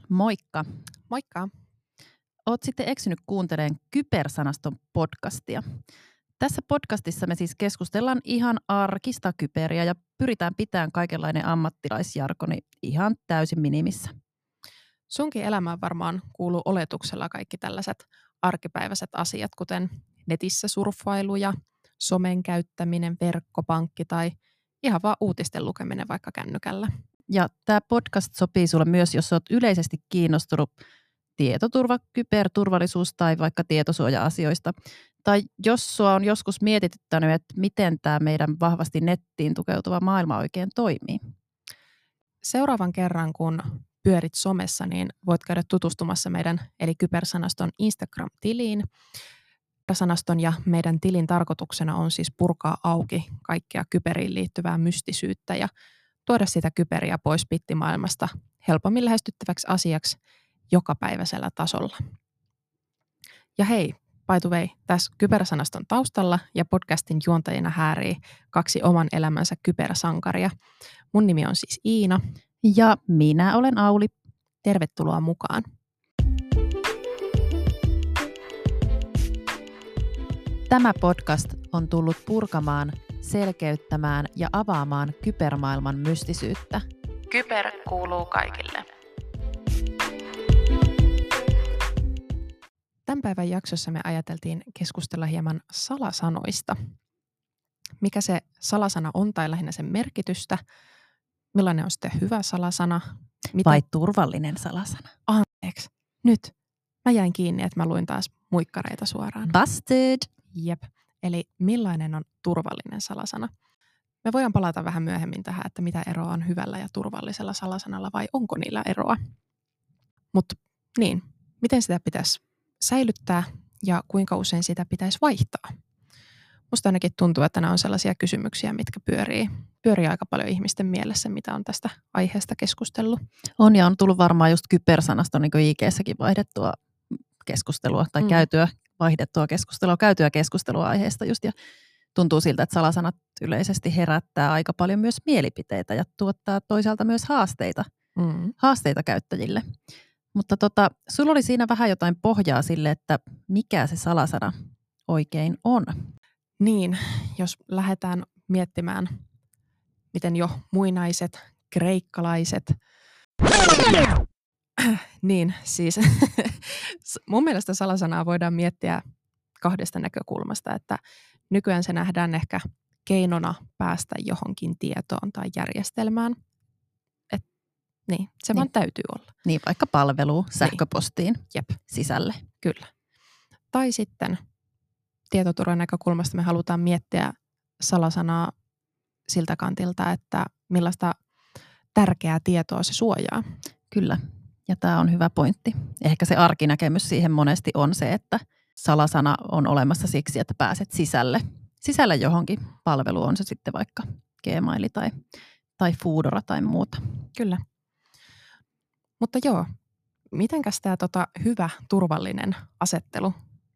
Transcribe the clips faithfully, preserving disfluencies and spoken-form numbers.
Moikka. Moikka. Oot sitten eksynyt kuuntelemaan Kybersanaston podcastia. Tässä podcastissa me siis keskustellaan ihan arkista kyberiä ja pyritään pitämään kaikenlainen ammattilaisjargoni ihan täysin minimissä. Sunkin elämään varmaan kuuluu oletuksella kaikki tällaiset arkipäiväiset asiat, kuten netissä surffailu ja somen käyttäminen, verkkopankki tai ihan vaan uutisten lukeminen vaikka kännykällä. Ja tämä podcast sopii sulle myös, jos olet yleisesti kiinnostunut tietoturva, kyberturvallisuus tai vaikka tietosuoja-asioista. Tai jos sua on joskus mietityttänyt, että miten tämä meidän vahvasti nettiin tukeutuva maailma oikein toimii. Seuraavan kerran, kun pyörit somessa, niin voit käydä tutustumassa meidän eli Kybersanaston Instagram-tiliin. Kybersanaston ja meidän tilin tarkoituksena on siis purkaa auki kaikkea kyberiin liittyvää mystisyyttä ja tuoda sitä kyberiä pois bittimaailmasta helpommin lähestyttäväksi asiaksi jokapäiväisellä tasolla. Ja hei, by the way, tässä Kybersanaston taustalla ja podcastin juontajina häärii kaksi oman elämänsä kybersankaria. Mun nimi on siis Iina. Ja minä olen Auli. Tervetuloa mukaan. Tämä podcast on tullut purkamaan, selkeyttämään ja avaamaan kybermaailman mystisyyttä. Kyber kuuluu kaikille. Tämän päivän jaksossa me ajateltiin keskustella hieman salasanoista. Mikä se salasana on tai lähinnä sen merkitystä, millainen on sitten hyvä salasana. Mitä... Vai turvallinen salasana. Anteeksi, nyt mä jäin kiinni, että mä luin taas muikkareita suoraan. Busted! Jep, eli millainen on turvallinen salasana. Me voidaan palata vähän myöhemmin tähän, että mitä eroa on hyvällä ja turvallisella salasanalla vai onko niillä eroa. Mutta niin, miten sitä pitäisi säilyttää ja kuinka usein sitä pitäisi vaihtaa? Musta ainakin tuntuu, että nämä on sellaisia kysymyksiä, mitkä pyörii, pyörii aika paljon ihmisten mielessä, mitä on tästä aiheesta keskustellut. On ja on tullut varmaan just Kybersanasta niin kuin I G:ssäkin vaihdettua keskustelua tai mm. käytyä vaihdettua keskustelua, käytyä keskustelua aiheesta just ja tuntuu siltä, että salasanat yleisesti herättää aika paljon myös mielipiteitä ja tuottaa toisaalta myös haasteita, mm. haasteita käyttäjille. Mutta tota, sulla oli siinä vähän jotain pohjaa sille, että mikä se salasana oikein on. Niin, jos lähdetään miettimään, miten jo muinaiset kreikkalaiset, niin siis mun mielestä salasanaa voidaan miettiä kahdesta näkökulmasta, että nykyään se nähdään ehkä keinona päästä johonkin tietoon tai järjestelmään. Et, niin, se niin. vaan täytyy olla. Niin, vaikka palveluun, sähköpostiin, niin. Jep. sisälle. Kyllä. Tai sitten tietoturvan näkökulmasta me halutaan miettiä salasanaa siltä kantilta, että millaista tärkeää tietoa se suojaa. Kyllä, ja tämä on hyvä pointti. Ehkä se arkinäkemys siihen monesti on se, että salasana on olemassa siksi, että pääset sisälle. Sisälle johonkin palveluun, on se sitten vaikka Gmail tai, tai Foodora tai muuta. Kyllä. Mutta joo, mitenkäs tämä tota hyvä, turvallinen asettelu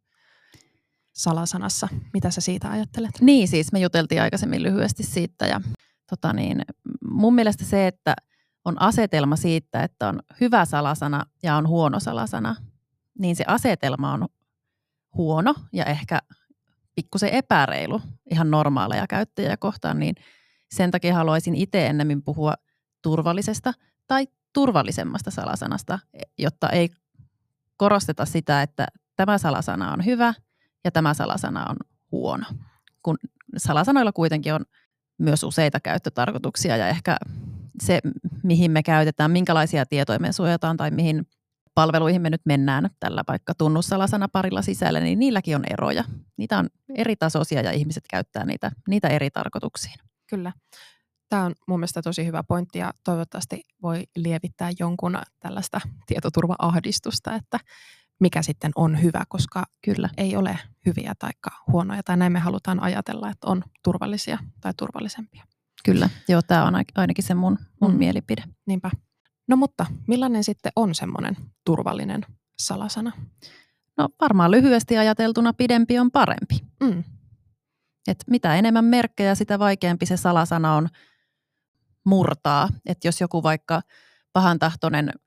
salasanassa? Mitä sä siitä ajattelet? Niin, siis me juteltiin aikaisemmin lyhyesti siitä ja tota niin, mun mielestä se, että on asetelma siitä, että on hyvä salasana ja on huono salasana, niin se asetelma on huono ja ehkä pikkusen epäreilu ihan normaaleja käyttäjiä kohtaan, niin sen takia haluaisin itse ennemmin puhua turvallisesta tai turvallisemmasta salasanasta, jotta ei korosteta sitä, että tämä salasana on hyvä ja tämä salasana on huono. Kun salasanoilla kuitenkin on myös useita käyttötarkoituksia ja ehkä se, mihin me käytetään, minkälaisia tietoja me suojataan tai mihin palveluihin me nyt mennään tällä vaikka tunnussalasana parilla sisällä, niin niilläkin on eroja. Niitä on eri tasoisia ja ihmiset käyttää niitä, niitä eri tarkoituksiin. Kyllä. Tämä on mun mielestä tosi hyvä pointti ja toivottavasti voi lievittää jonkun tällaista tietoturva-ahdistusta, että mikä sitten on hyvä, koska kyllä ei ole hyviä tai huonoja tai näin me halutaan ajatella, että on turvallisia tai turvallisempia. Kyllä, joo, tämä on ainakin se mun, mun mm. mielipide. Niinpä. No mutta millainen sitten on semmoinen turvallinen salasana? No varmaan lyhyesti ajateltuna pidempi on parempi. Mm. Et mitä enemmän merkkejä, sitä vaikeampi se salasana on murtaa. Et jos joku vaikka pahantahtoinen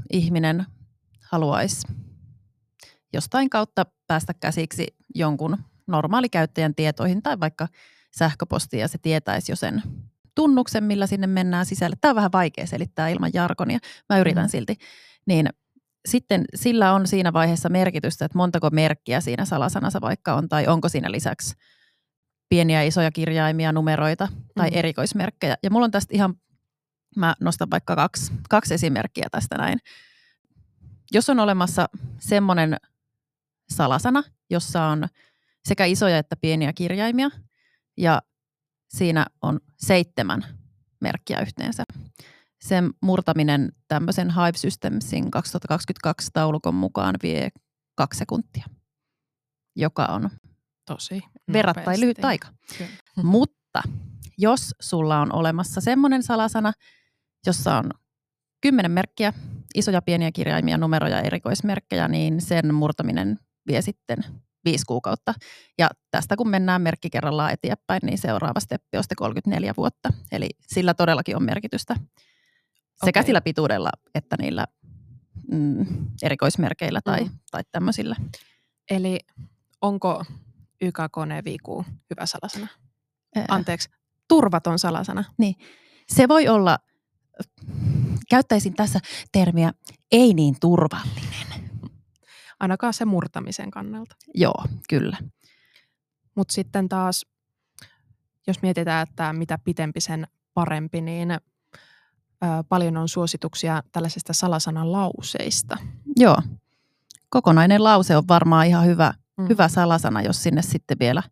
ihminen haluaisi jostain kautta päästä käsiksi jonkun normaalikäyttäjän tietoihin tai vaikka sähköpostiin ja se tietäisi jo sen tunnuksen, millä sinne mennään sisälle. Tämä on vähän vaikea selittää ilman jargonia. Mä yritän mm. silti. Niin sitten sillä on siinä vaiheessa merkitystä, että montako merkkiä siinä salasanassa vaikka on tai onko siinä lisäksi pieniä ja isoja kirjaimia, numeroita tai mm. erikoismerkkejä. Ja mulla on tästä ihan, mä nostan vaikka kaksi, kaksi esimerkkiä tästä näin. Jos on olemassa semmoinen salasana, jossa on sekä isoja että pieniä kirjaimia ja siinä on seitsemän merkkiä yhteensä. Sen murtaminen tämmöisen Hive Systemsin kaksituhattakaksikymmentäkaksi taulukon mukaan vie kaksi sekuntia, joka on tosi verrattain lyhyt aika. Kyllä. Mutta jos sulla on olemassa semmoinen salasana, jossa on kymmenen merkkiä, isoja pieniä kirjaimia, numeroja ja erikoismerkkejä, niin sen murtaminen vie sitten viisi kuukautta. Ja tästä kun mennään merkki kerrallaan eteenpäin, niin seuraava steppi on sitten kolmekymmentäneljä vuotta. Eli sillä todellakin on merkitystä sekä okay. sillä pituudella että niillä mm, erikoismerkeillä tai, mm. tai tämmöisillä. Eli onko Y K K N V Q hyvä salasana? Ää. Anteeksi, turvaton salasana. Niin, se voi olla, käyttäisin tässä termiä, ei niin turvallinen. Ainakaan se murtamisen kannalta. Joo, kyllä. Mutta sitten taas, jos mietitään, että mitä pitempi sen parempi, niin ö, paljon on suosituksia tällaisista salasanan lauseista. Joo. Kokonainen lause on varmaan ihan hyvä, mm. hyvä salasana, jos sinne sitten vielä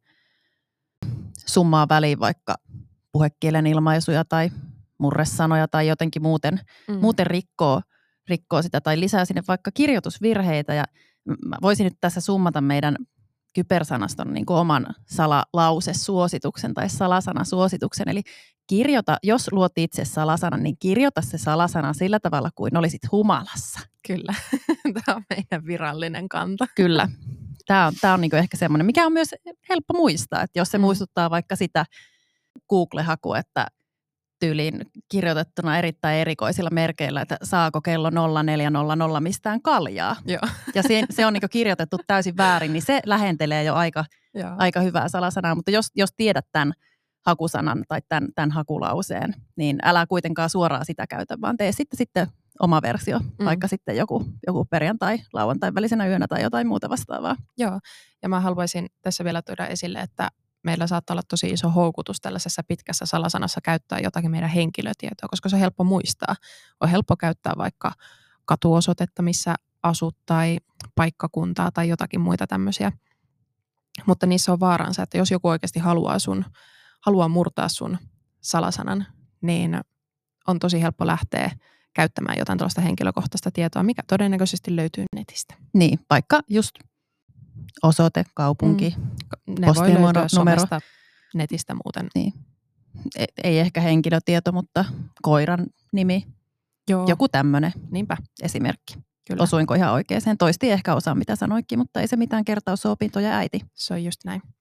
summaa väliin vaikka puhekielen ilmaisuja tai murresanoja tai jotenkin muuten, mm. muuten rikkoo, rikkoo sitä tai lisää sinne vaikka kirjoitusvirheitä. Ja mä voisin nyt tässä summata meidän kybersanaston niin kuin oman salalausesuosituksen tai salasanasuosituksen. Eli kirjoita, jos luot itse salasanan, niin kirjoita se salasana sillä tavalla kuin olisit humalassa. Kyllä, tämä on meidän virallinen kanta. Kyllä, tämä on, tämä on niin kuin ehkä semmoinen, mikä on myös helppo muistaa, että jos se muistuttaa vaikka sitä Google-hakua, että tyyliin kirjoitettuna erittäin erikoisilla merkeillä, että saako kello nolla neljä nolla nolla mistään kaljaa. Joo. Ja se, se on niin kirjoitettu täysin väärin, niin se lähentelee jo aika, aika hyvää salasanaa. Mutta jos, jos tiedät tämän hakusanan tai tämän, tämän hakulauseen, niin älä kuitenkaan suoraan sitä käytä, vaan tee sitten, sitten oma versio, mm. vaikka sitten joku, joku perjantai, lauantai välisenä yönä tai jotain muuta vastaavaa. Joo, ja mä haluaisin tässä vielä tuoda esille, että meillä saattaa olla tosi iso houkutus tällaisessa pitkässä salasanassa käyttää jotakin meidän henkilötietoa, koska se on helppo muistaa. On helppo käyttää vaikka katuosoitetta, missä asut tai paikkakuntaa tai jotakin muita tämmöisiä. Mutta niissä on vaaransa, että jos joku oikeasti haluaa, sun, haluaa murtaa sun salasanan, niin on tosi helppo lähteä käyttämään jotain tällaista henkilökohtaista tietoa, mikä todennäköisesti löytyy netistä. Niin, vaikka just osoite, kaupunki, mm. ne voi löytyä somesta, netistä muuten. Niin. Ei ehkä henkilötieto, mutta koiran nimi, Joo. joku tämmöinen Niinpä. esimerkki. Kyllä. Osuinko ihan oikeaan? Toisti ehkä osaa, mitä sanoikin, mutta ei se mitään kertausopintoja äiti. Se on just näin.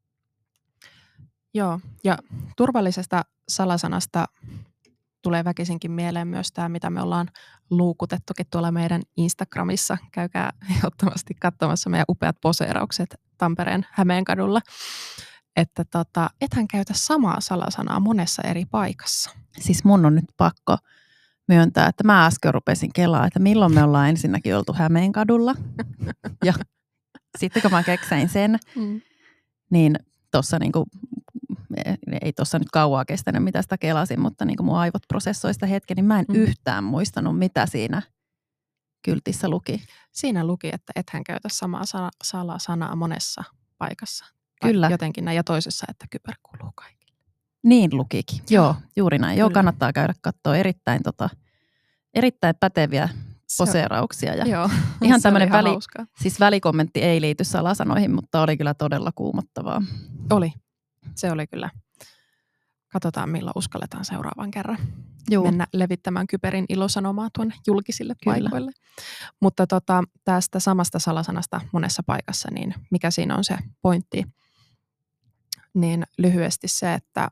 Joo, ja turvallisesta salasanasta tulee väkisinkin mieleen myös tämä, mitä me ollaan luukutettukin tuolla meidän Instagramissa. Käykää ehdottomasti katsomassa meidän upeat poseeraukset Tampereen Hämeenkadulla. Että tota, ethän käytä samaa salasanaa monessa eri paikassa. Siis mun on nyt pakko myöntää, että mä äsken rupesin kelaa, että milloin me ollaan ensinnäkin oltu Hämeenkadulla. Ja sitten kun mä keksäin sen, mm. niin tuossa niinku, ei tuossa nyt kauaa kestänyt, mitä sitä kelasin, mutta niin kuin mun aivot prosessoi sitä hetken, niin mä en mm. yhtään muistanut, mitä siinä kyltissä luki. Siinä luki, että ethän käytä samaa salasanaa monessa paikassa. Kyllä. Jotenkin näin, ja toisessa, että kyber kuuluu kaikille. Niin lukikin. Joo, juuri näin. Joo, kannattaa käydä katsoa erittäin, tota, erittäin päteviä poseerauksia. Ja joo, ihan tämmöinen väli, siis välikommentti ei liity salasanoihin, mutta oli kyllä todella kuumottavaa. Oli. Se oli kyllä. Katsotaan, milloin uskalletaan seuraavan kerran Juu. mennä levittämään kyberin ilosanomaa tuonne julkisille kyllä. paikoille. Mutta tota, tästä samasta salasanasta monessa paikassa, niin mikä siinä on se pointti? Niin lyhyesti se, että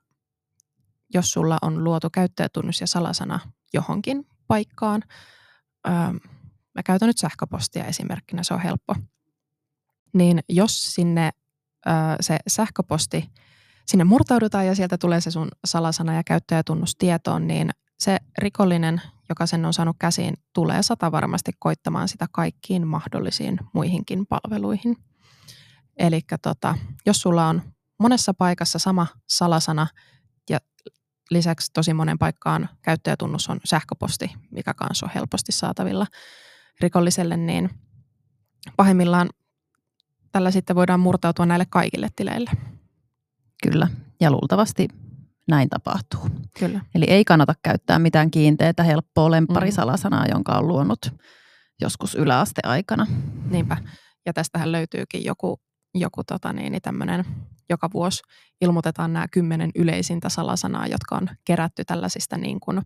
jos sulla on luotu käyttäjätunnus ja salasana johonkin paikkaan, ö, mä käytän nyt sähköpostia esimerkkinä, se on helppo. Niin jos sinne ö, se sähköposti, sinne murtaudutaan ja sieltä tulee se sun salasana ja käyttäjätunnus tietoon, niin se rikollinen, joka sen on saanut käsiin, tulee sata varmasti koittamaan sitä kaikkiin mahdollisiin muihinkin palveluihin. Eli tota, jos sulla on monessa paikassa sama salasana ja lisäksi tosi monen paikkaan käyttäjätunnus on sähköposti, mikä kanssa on helposti saatavilla rikolliselle, niin pahimmillaan tällä sitten voidaan murtautua näille kaikille tileille. Kyllä, ja luultavasti näin tapahtuu. Kyllä. Eli ei kannata käyttää mitään kiinteätä, helppoa lempparisalasana, jonka on luonut joskus yläasteaikana. Niinpä, ja tästähän löytyykin joku, joku tota niin, tämmöinen, joka vuosi ilmoitetaan nämä kymmenen yleisintä salasanaa, jotka on kerätty tällaisista niin kuin,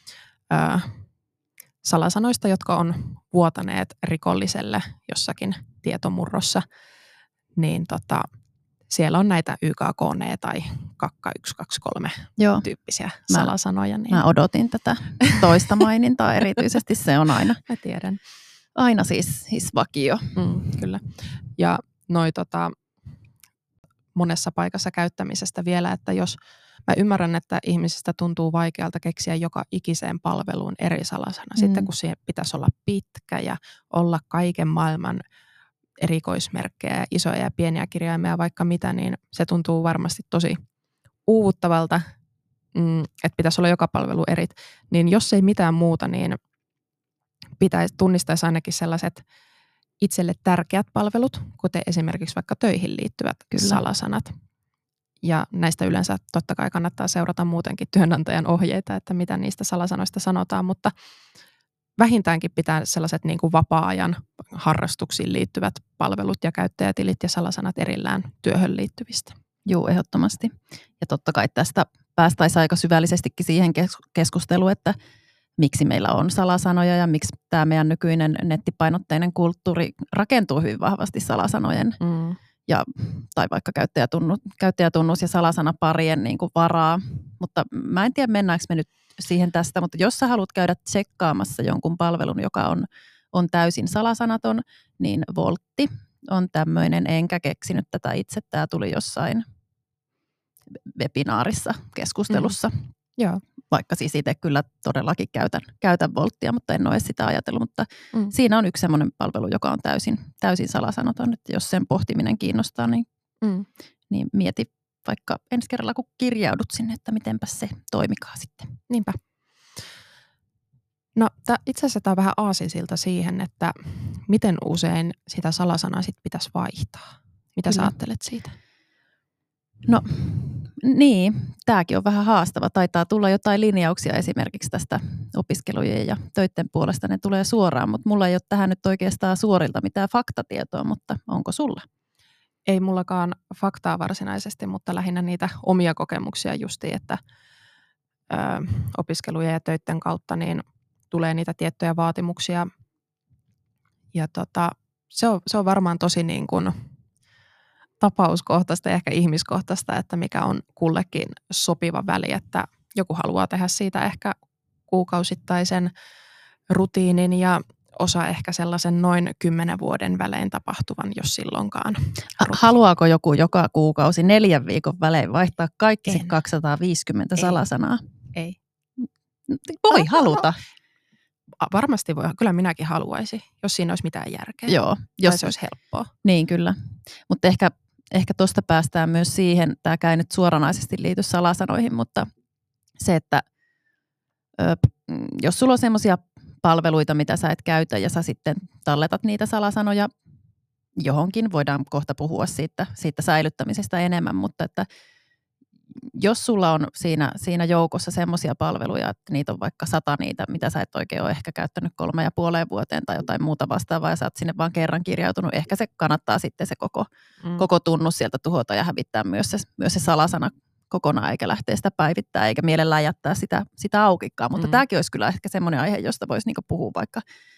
ö, salasanoista, jotka on vuotaneet rikolliselle jossakin tietomurrossa, niin tota, siellä on näitä Y K K N tai kakka yksi kaksi kolme Joo. tyyppisiä mä, salasanoja. Niin. Mä odotin tätä toista mainintaa erityisesti, se on aina. Mä tiedän. Aina siis, siis vakio. Mm, kyllä. Ja noi tota, monessa paikassa käyttämisestä vielä, että jos mä ymmärrän, että ihmisistä tuntuu vaikealta keksiä joka ikiseen palveluun eri salasana. Mm. Sitten kun siihen pitäisi olla pitkä ja olla kaiken maailman erikoismerkkejä, isoja ja pieniä kirjaimia, vaikka mitä, niin se tuntuu varmasti tosi uuvuttavalta, että pitäisi olla joka palvelu erit. Niin jos ei mitään muuta, niin pitäisi tunnistaisi ainakin sellaiset itselle tärkeät palvelut, kuten esimerkiksi vaikka töihin liittyvät Kyllä. salasanat. Ja näistä yleensä totta kai kannattaa seurata muutenkin työnantajan ohjeita, että mitä niistä salasanoista sanotaan, mutta vähintäänkin pitää sellaiset niin kuin vapaa-ajan harrastuksiin liittyvät palvelut ja käyttäjätilit ja salasanat erillään työhön liittyvistä. Joo, ehdottomasti. Ja totta kai tästä päästäisiin aika syvällisestikin siihen keskusteluun, että miksi meillä on salasanoja ja miksi tämä meidän nykyinen nettipainotteinen kulttuuri rakentuu hyvin vahvasti salasanojen mm. ja, tai vaikka käyttäjätunnus, käyttäjätunnus ja salasanaparien niin kuin varaa. Mutta mä en tiedä, mennäänkö me nyt siihen tästä, mutta jos sä haluat käydä tsekkaamassa jonkun palvelun, joka on, on täysin salasanaton, niin Voltti on tämmöinen, enkä keksinyt tätä itse, tämä tuli jossain webinaarissa keskustelussa. Mm. Joo. Vaikka siis itse kyllä todellakin käytän, käytän Volttia, mutta en ole sitä ajatellut, mutta mm. siinä on yksi semmoinen palvelu, joka on täysin, täysin salasanaton, että jos sen pohtiminen kiinnostaa, niin, mm. niin mieti vaikka ensi kerralla, kun kirjaudut sinne, että mitenpä se toimikaa sitten. Niinpä. No t- itse asiassa tämä on vähän aasinsilta siihen, että miten usein sitä salasanaa sit pitäisi vaihtaa. Mitä Kyllä. sä ajattelet siitä? No niin, tämäkin on vähän haastava. Taitaa tulla jotain linjauksia esimerkiksi tästä opiskelujen ja töiden puolesta. Ne tulee suoraan, mutta mulla ei ole tähän nyt oikeastaan suorilta mitään faktatietoa, mutta onko sulla? Ei mullakaan faktaa varsinaisesti, mutta lähinnä niitä omia kokemuksia justiin, että ö, opiskelujen ja töiden kautta niin tulee niitä tiettyjä vaatimuksia. Ja tota, se, on, se on varmaan tosi niin kuin tapauskohtaista ja ehkä ihmiskohtaista, että mikä on kullekin sopiva väli, että joku haluaa tehdä siitä ehkä kuukausittaisen rutiinin ja osa ehkä sellaisen noin kymmenen vuoden välein tapahtuvan, jos silloinkaan. Haluaako joku joka kuukausi neljän viikon välein vaihtaa kaikki en. kaksisataaviisikymmentä Ei. salasanaa? Ei. Voi no, haluta. No, varmasti voi. Kyllä minäkin haluaisin, jos siinä olisi mitään järkeä. Joo. Jos se olisi helppoa. Niin kyllä. Mutta ehkä, ehkä tuosta päästään myös siihen, tämä ei nyt suoranaisesti liity salasanoihin, mutta se, että ö, jos sulla on semmoisia palveluita, mitä sä et käytä ja sä sitten talletat niitä salasanoja johonkin, voidaan kohta puhua siitä, siitä säilyttämisestä enemmän, mutta että jos sulla on siinä, siinä joukossa semmoisia palveluja, että niitä on vaikka sata niitä, mitä sä et oikein ole ehkä käyttänyt kolme ja puoleen vuoteen tai jotain muuta vastaavaa ja sä oot sinne vaan kerran kirjautunut, ehkä se kannattaa sitten se koko, mm. koko tunnus sieltä tuhota ja hävittää myös se, myös se salasana kokonaan eikä lähteä sitä päivittää eikä mielellään jättää sitä, sitä aukikaan. Mutta mm. tämäkin olisi kyllä ehkä semmoinen aihe, josta voisi niinku puhua vaikka,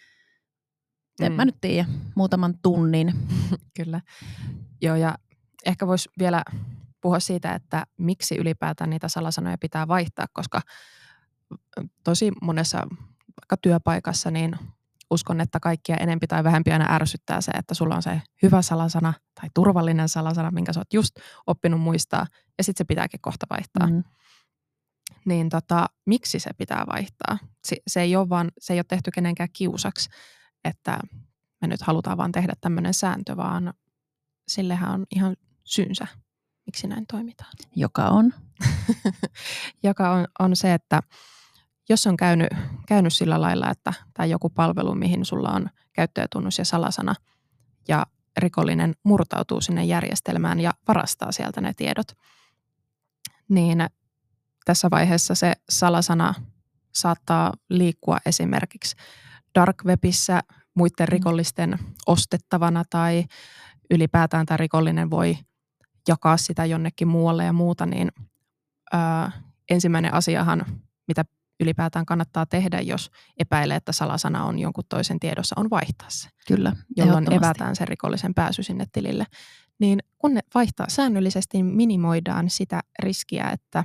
en mm. mä nyt tiedä, muutaman tunnin. Kyllä. Joo ja ehkä voisi vielä puhua siitä, että miksi ylipäätään niitä salasanoja pitää vaihtaa, koska tosi monessa vaikka työpaikassa niin uskon, että kaikkia enempi tai vähempi aina ärsyttää se, että sulla on se hyvä salasana tai turvallinen salasana, minkä sä oot just oppinut muistaa, ja sitten se pitääkin kohta vaihtaa. Mm. Niin tota, miksi se pitää vaihtaa? Se, se, ei ole vaan, se ei ole tehty kenenkään kiusaksi, että me nyt halutaan vaan tehdä tämmöinen sääntö, vaan sillehän on ihan syynsä, miksi näin toimitaan. Joka on? Joka on, on se, että jos on käynyt, käynyt sillä lailla, että tai joku palvelu, mihin sulla on käyttäjätunnus ja salasana, ja rikollinen murtautuu sinne järjestelmään ja varastaa sieltä ne tiedot, niin tässä vaiheessa se salasana saattaa liikkua esimerkiksi dark webissä muiden rikollisten ostettavana, tai ylipäätään tämä rikollinen voi jakaa sitä jonnekin muualle ja muuta, niin ää, ensimmäinen asiahan, mitä ylipäätään kannattaa tehdä, jos epäilee, että salasana on jonkun toisen tiedossa, on vaihtaa se. Kyllä, jolloin evätään sen rikollisen pääsy sinne tilille. Niin kun ne vaihtaa säännöllisesti, minimoidaan sitä riskiä, että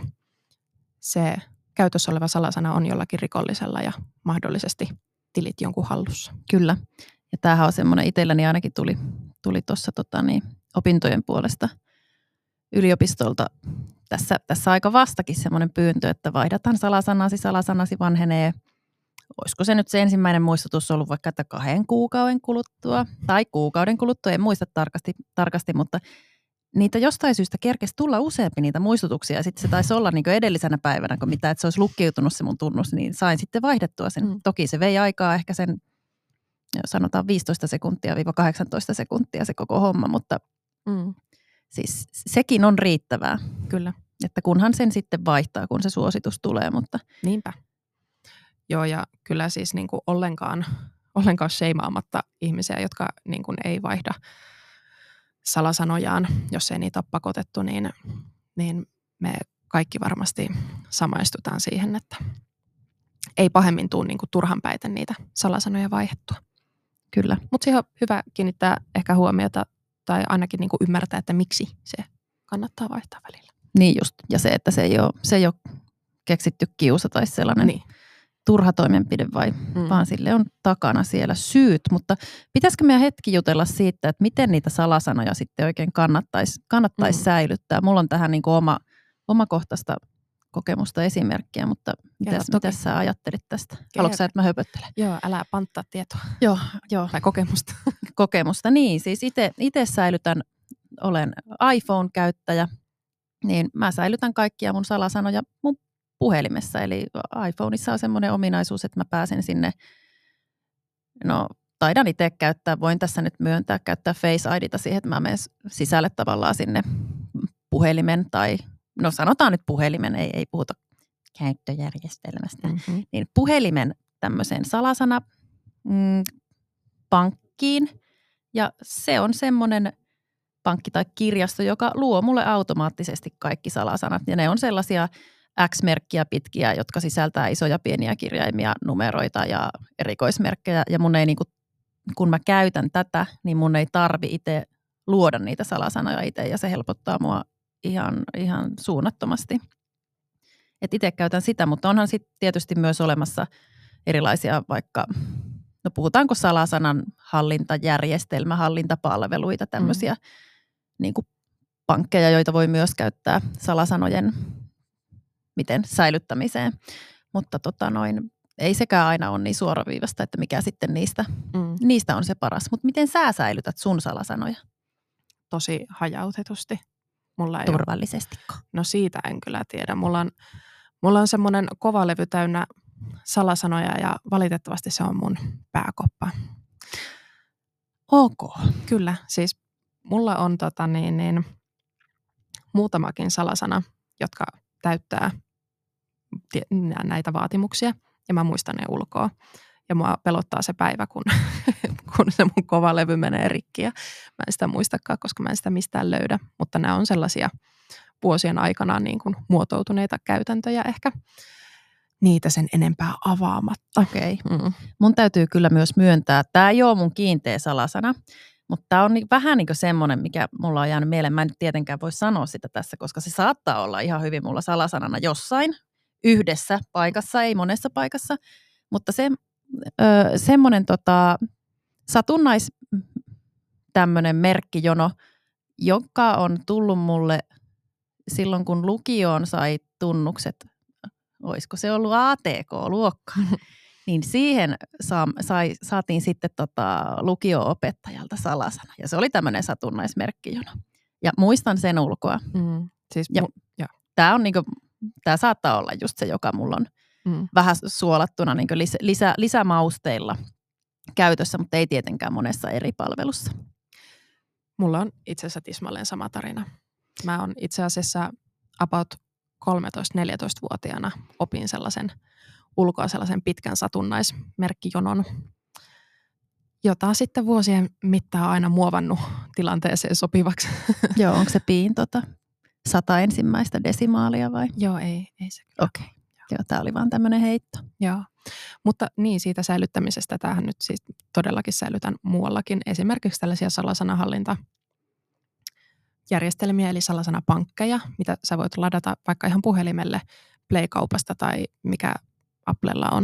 se käytössä oleva salasana on jollakin rikollisella ja mahdollisesti tilit jonkun hallussa. Kyllä. Ja tämähän on semmoinen, itselläni ainakin tuli tuli tuossa tota, niin, opintojen puolesta yliopistolta tässä, tässä aika vastakin semmoinen pyyntö, että vaihdataan salasanasi, salasanasi vanhenee. Olisiko se nyt se ensimmäinen muistutus ollut vaikka, että kahden kuukauden kuluttua tai kuukauden kuluttua, en muista tarkasti, tarkasti mutta niitä jostain syystä kerkesi tulla useampi niitä muistutuksia ja sitten se taisi olla niin kuin edellisenä päivänä, kun mitä, että se olisi lukkiutunut se mun tunnus, niin sain sitten vaihdettua sen. Mm. Toki se vei aikaa ehkä sen, sanotaan viisitoista sekuntia viiva kahdeksantoista sekuntia se koko homma, mutta mm. siis sekin on riittävää. Kyllä. Että kunhan sen sitten vaihtaa, kun se suositus tulee, mutta niinpä. Joo, ja kyllä siis niin kuin ollenkaan, ollenkaan sheimaamatta ihmisiä, jotka niin kuin ei vaihda salasanojaan, jos ei niitä ole pakotettu, niin, niin me kaikki varmasti samaistutaan siihen, että ei pahemmin tule niin kuin turhan päitä niitä salasanoja vaihdettua. Kyllä. Mutta siihen on hyvä kiinnittää ehkä huomiota tai ainakin niin kuin ymmärtää, että miksi se kannattaa vaihtaa välillä. Niin just, ja se, että se ei ole, se ei ole keksitty kiusa tai sellainen niin. turha toimenpide, vai, mm. vaan sille on takana siellä syyt. Mutta pitäisikö meidän hetki jutella siitä, että miten niitä salasanoja sitten oikein kannattaisi, kannattaisi mm. säilyttää? Mulla on tähän niin kuin oma, omakohtaista kokemusta, esimerkkiä, mutta mitäs, mitäs sä ajattelit tästä? Haluatko sä, että mä höpöttelen? Joo, älä panttaa tietoa. Joo, joo. Tai kokemusta. Kokemusta, niin. Siis itse säilytän, olen iPhone-käyttäjä, niin mä säilytän kaikkia mun salasanoja mun puhelimessa. Eli iPhoneissa on semmoinen ominaisuus, että mä pääsen sinne, no taidan itse käyttää, voin tässä nyt myöntää, käyttää Face I D:tä siihen, että mä menen sisälle tavallaan sinne puhelimen tai no sanotaan nyt puhelimen, ei, ei puhuta käyttöjärjestelmästä, mm-hmm. niin puhelimen tämmöiseen salasana mm, pankkiin ja se on semmoinen pankki tai kirjasto, joka luo mulle automaattisesti kaikki salasanat ja ne on sellaisia X-merkkiä pitkiä, jotka sisältää isoja pieniä kirjaimia, numeroita ja erikoismerkkejä ja mun ei niinku, kun mä käytän tätä, niin mun ei tarvi itse luoda niitä salasanoja itse ja se helpottaa mua Ihan, ihan suunnattomasti. Et itse käytän sitä, mutta onhan sitten tietysti myös olemassa erilaisia vaikka, no puhutaanko salasanan hallintajärjestelmä, hallintapalveluita, tämmöisiä mm. niin kuin pankkeja, joita voi myös käyttää salasanojen miten säilyttämiseen. Mutta tota noin, ei sekään aina ole niin suoraviivasta, että mikä sitten niistä, mm. niistä on se paras. Mutta miten sä säilytät sun salasanoja? Tosi hajautetusti. Mulla Turvallisestiko? No siitä en kyllä tiedä. Mulla on, mulla on semmoinen kova levy täynnä salasanoja ja valitettavasti se on mun pääkoppa. Ok. Kyllä, siis mulla on tota niin, niin, muutamakin salasana, jotka täyttää näitä vaatimuksia ja mä muistan ne ulkoa. Ja mua pelottaa se päivä, kun, kun se mun kova levy menee rikki ja mä en sitä muistakaan, koska mä en sitä mistään löydä. Mutta nämä on sellaisia vuosien aikana niin kuin muotoutuneita käytäntöjä ehkä niitä sen enempää avaamatta. Okei. Okay. Mm. Mun täytyy kyllä myös myöntää, että tämä ei ole mun kiinteä salasana, mutta tämä on vähän niin kuin semmoinen, mikä mulla on jäänyt mieleen. Mä en nyt tietenkään voi sanoa sitä tässä, koska se saattaa olla ihan hyvin mulla salasanana jossain yhdessä paikassa, ei monessa paikassa. Mutta se ö, semmoinen tota, satunnais tämmöinen merkkijono, joka on tullut mulle silloin, kun lukioon sai tunnukset, olisiko se ollut A T K-luokkaan, niin siihen saa, sai, saatiin sitten tota lukio-opettajalta salasana. Ja se oli tämmöinen satunnaismerkkijono. Ja muistan sen ulkoa. Mm. Siis ja mu- ja. Tämä on niinku, tää saattaa olla just se, joka mulla on mm. vähän suolattuna niinku lisä, lisä, lisämausteilla käytössä, mutta ei tietenkään monessa eri palvelussa. Mulla on itse asiassa tismalleen sama tarina. Mä oon itse asiassa about kolmetoista-neljätoista-vuotiaana opin sellaisen ulkoa sellaisen pitkän satunnaismerkkijonon, jota sitten vuosien mittaan aina muovannut tilanteeseen sopivaksi. Joo, onko se piin tota sata ensimmäistä desimaalia vai? Joo, ei, ei se. Okei, okay. Joo, tämä oli vaan tämmöinen heitto. Joo, mutta niin siitä säilyttämisestä, tämähän nyt siis todellakin säilytän muuallakin. Esimerkiksi tällaisia salasanahallintajärjestelmiä, eli salasanapankkeja, mitä sä voit ladata vaikka ihan puhelimelle Play-kaupasta tai mikä Applella on.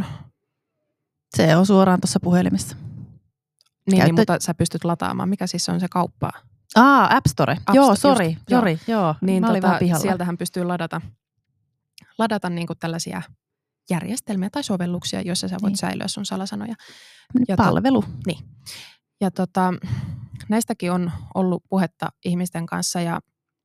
Se on suoraan tuossa puhelimessa. Niin, niin, mutta sä pystyt lataamaan. Mikä siis on se kauppa? Aa, App Store. App Joo, sori, sori, joo. joo. Niin mä olin tota, vähän pihalla. Sieltähän pystyy ladata, ladata niinku tällaisia järjestelmiä tai sovelluksia, joissa sä voit niin säilyä sun salasanoja. Ja palvelu. To, niin. Ja tota, näistäkin on ollut puhetta ihmisten kanssa ja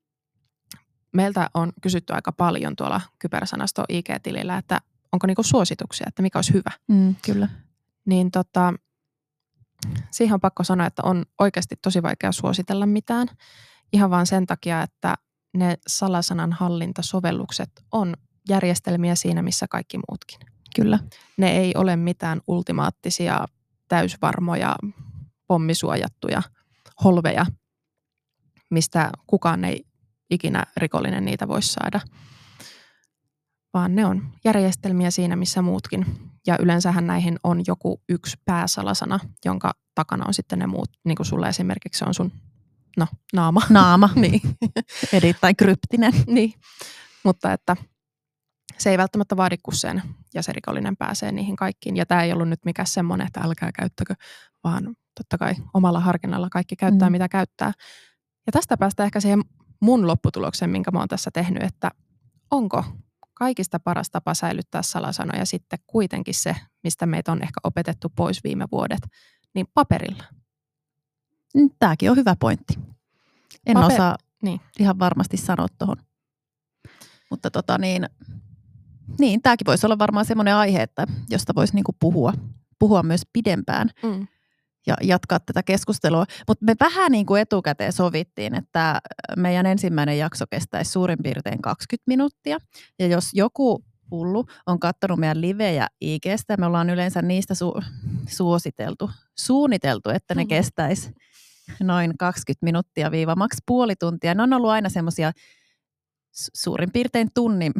meiltä on kysytty aika paljon tuolla Kybersanasto I G-tilillä, että onko niinku suosituksia, että mikä olisi hyvä. Mm, kyllä. Niin tota, siihen on pakko sanoa, että on oikeasti tosi vaikea suositella mitään. Ihan vaan sen takia, että ne salasanan hallintasovellukset on järjestelmiä siinä, missä kaikki muutkin. Kyllä. Ne ei ole mitään ultimaattisia, täysvarmoja, pommisuojattuja holveja, mistä kukaan ei ikinä rikollinen niitä voi saada. Vaan ne on järjestelmiä siinä, missä muutkin. Ja yleensähän näihin on joku yksi pääsalasana, jonka takana on sitten ne muut. Niin kuin sulla esimerkiksi se on sun, no, naama. Naama, niin. Erittäin kryptinen. Niin, mutta että se ei välttämättä vaadi kuin sen, ja se rikollinen pääsee niihin kaikkiin. Ja tämä ei ollut nyt mikään semmoinen, että älkää käyttäkö, vaan totta kai omalla harkinnalla kaikki käyttää, mm. mitä käyttää. Ja tästä päästään ehkä siihen mun lopputulokseen, minkä mä oon tässä tehnyt, että onko kaikista paras tapa säilyttää salasanoja sitten kuitenkin se, mistä meitä on ehkä opetettu pois viime vuodet, niin paperilla. Tämäkin on hyvä pointti. En Paper- osaa niin. ihan varmasti sanoa tuohon. Mutta tota niin, niin tämäkin voisi olla varmaan semmoinen aihe, että josta voisi niinku puhua, puhua myös pidempään mm. ja jatkaa tätä keskustelua. Mutta me vähän niin kuin etukäteen sovittiin, että meidän ensimmäinen jakso kestäisi suurin piirtein kaksikymmentä minuuttia. Ja jos joku hullu on katsonut meidän livejä I G:stä, me ollaan yleensä niistä su- suositeltu, suunniteltu, että ne mm. kestäisi noin kaksikymmentä minuuttia viiva maks puoli tuntia. Ne on ollut aina semmoisia suurin piirtein tunnin.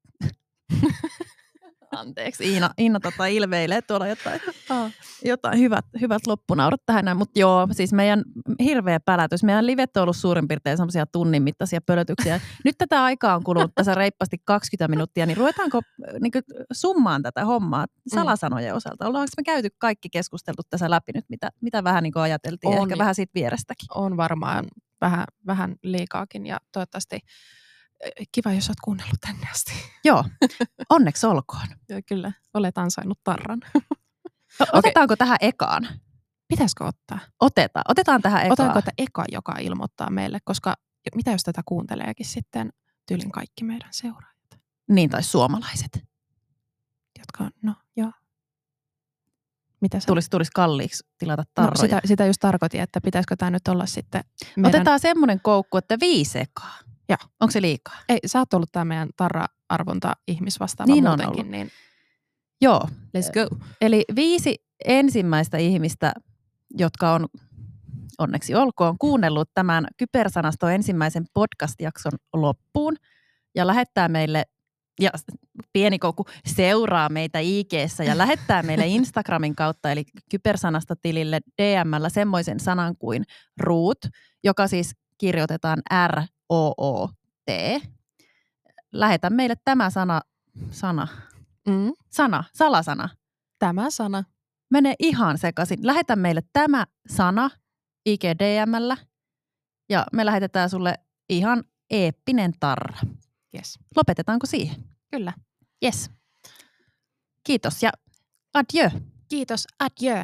Anteeksi, Iina, Iina tota ilveilee tuolla jotain, oh. jotain hyvät, hyvät loppunaurat tähän. Mutta joo, siis meidän hirveä pälätys. Meidän livet on ollut suurin piirtein semmoisia tunnin mittaisia pölötyksiä. Nyt tätä aikaa on kulunut tässä reippaasti kaksikymmentä minuuttia, niin ruvetaanko niin kuin, summaan tätä hommaa salasanojen osalta? Ollaanko me käyty kaikki keskusteltu tässä läpi nyt, mitä, mitä vähän niin kuin ajateltiin, on, ehkä vähän siitä vierestäkin? On varmaan vähän, vähän liikaakin ja toivottavasti kiva, jos olet kuunnellut tänne asti. Joo, onneksi olkoon. Joo, kyllä, olet ansainnut tarran. Otetaanko okay. tähän ekaan? Pitäisikö ottaa? Otetaan, otetaan tähän ekaan. Otetaanko tämä eka, joka ilmoittaa meille, koska mitä jos tätä kuunteleekin sitten tyylin kaikki meidän seuraajat? Niin, tai suomalaiset. Jotka on, no joo. Mitä sä? Tulisi, tulisi kalliiksi tilata tarroja. No, sitä, sitä just tarkoitin, että pitäisikö tämä nyt olla sitten meidän... Otetaan semmoinen koukku, että viisi ekaa. Joo. Onko se liikaa? Ei, sä oot ollut tämä meidän tarra-arvonta-ihmisvastaava niin muutenkin. On niin joo. Let's go. Eli viisi ensimmäistä ihmistä, jotka on onneksi olkoon kuunnellut tämän Kybersanaston ensimmäisen podcast-jakson loppuun ja lähettää meille, ja pieni koukku, seuraa meitä I G:ssä ja lähettää meille Instagramin kautta, eli Kybersanastotilille D M:llä semmoisen sanan kuin root, joka siis kirjoitetaan R O O T. Lähetä meille tämä sana, sana, mm. sana, salasana. Tämä sana. Mene ihan sekaisin. Lähetä meille tämä sana I G D M:llä ja me lähetetään sulle ihan eeppinen tarra. Yes. Lopetetaanko siihen? Kyllä. Yes. Kiitos ja adieu. Kiitos, adieu.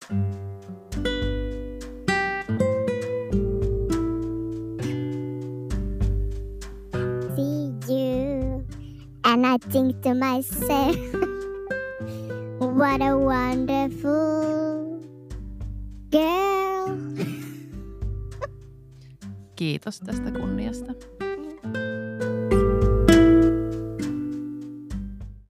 See you, and I think to myself, what a wonderful girl. Kiitos tästä kunniasta.